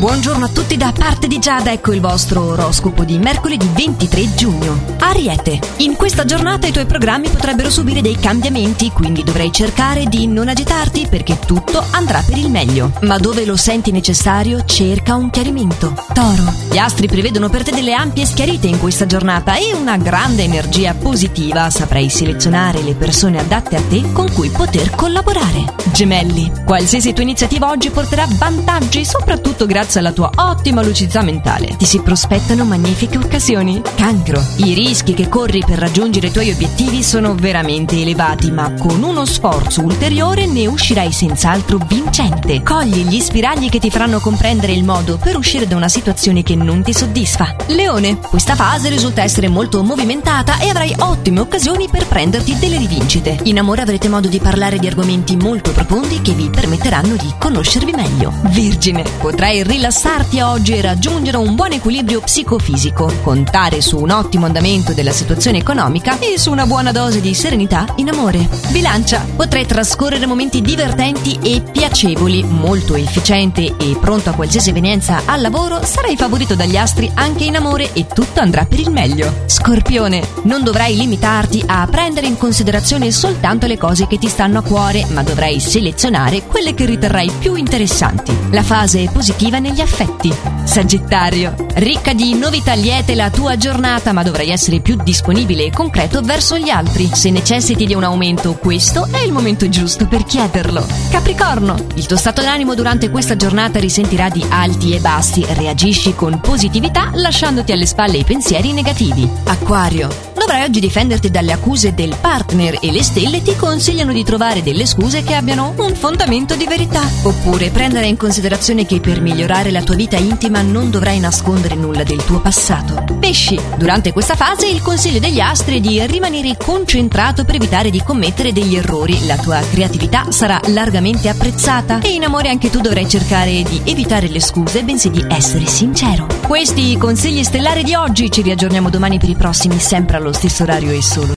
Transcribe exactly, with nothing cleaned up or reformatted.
Buongiorno a tutti da parte di Giada, ecco il vostro oroscopo di mercoledì ventitré giugno. Ariete, in questa giornata i tuoi programmi potrebbero subire dei cambiamenti, quindi dovrai cercare di non agitarti perché tutto andrà per il meglio. Ma dove lo senti necessario, cerca un chiarimento. Toro, gli astri prevedono per te delle ampie schiarite in questa giornata e una grande energia positiva. Saprai selezionare le persone adatte a te con cui poter collaborare. Gemelli, qualsiasi tua iniziativa oggi porterà vantaggi, soprattutto grazie alla tua ottima lucidità mentale. Ti si prospettano magnifiche occasioni. Cancro, i rischi che corri per raggiungere i tuoi obiettivi sono veramente elevati, ma con uno sforzo ulteriore ne uscirai senz'altro vincente. Cogli gli spiragli che ti faranno comprendere il modo per uscire da una situazione che non ti soddisfa. Leone, questa fase risulta essere molto movimentata e avrai ottime occasioni per prenderti delle rivincite. In amore avrete modo di parlare di argomenti molto profondi che vi permetteranno di conoscervi meglio. Vergine, potrai rilassarti oggi e raggiungere un buon equilibrio psicofisico, contare su un ottimo andamento della situazione economica e su una buona dose di serenità in amore. Bilancia, potrai trascorrere momenti divertenti e piacevoli, molto efficiente e pronto a qualsiasi evenienza al lavoro, sarai favorito dagli astri anche in amore e tutto andrà per il meglio. Scorpione, non dovrai limitarti a prendere in considerazione soltanto le cose che ti stanno a cuore, ma dovrai selezionare quelle che riterrai più interessanti. La fase è positiva negli affetti. Sagittario, ricca di novità liete la tua giornata, ma dovrai essere più disponibile e concreto verso gli altri. Se necessiti di un aumento, questo è il momento giusto per chiederlo. Capricorno, il tuo stato d'animo durante questa giornata risentirà di alti e bassi. Reagisci con positività lasciandoti alle spalle i pensieri negativi. Acquario, dovrai oggi difenderti dalle accuse del partner e le stelle ti consigliano di trovare delle scuse che abbiano un fondamento di verità. Oppure prendere in considerazione che per migliorare la tua vita intima non dovrai nascondere nulla del tuo passato. Pesci, durante questa fase il consiglio degli astri è di rimanere concentrato per evitare di commettere degli errori. La tua creatività sarà largamente apprezzata e in amore anche tu dovrai cercare di evitare le scuse, bensì di essere sincero. Questi i consigli stellari di oggi, ci riaggiorniamo domani per i prossimi sempre allo stesso orario e solo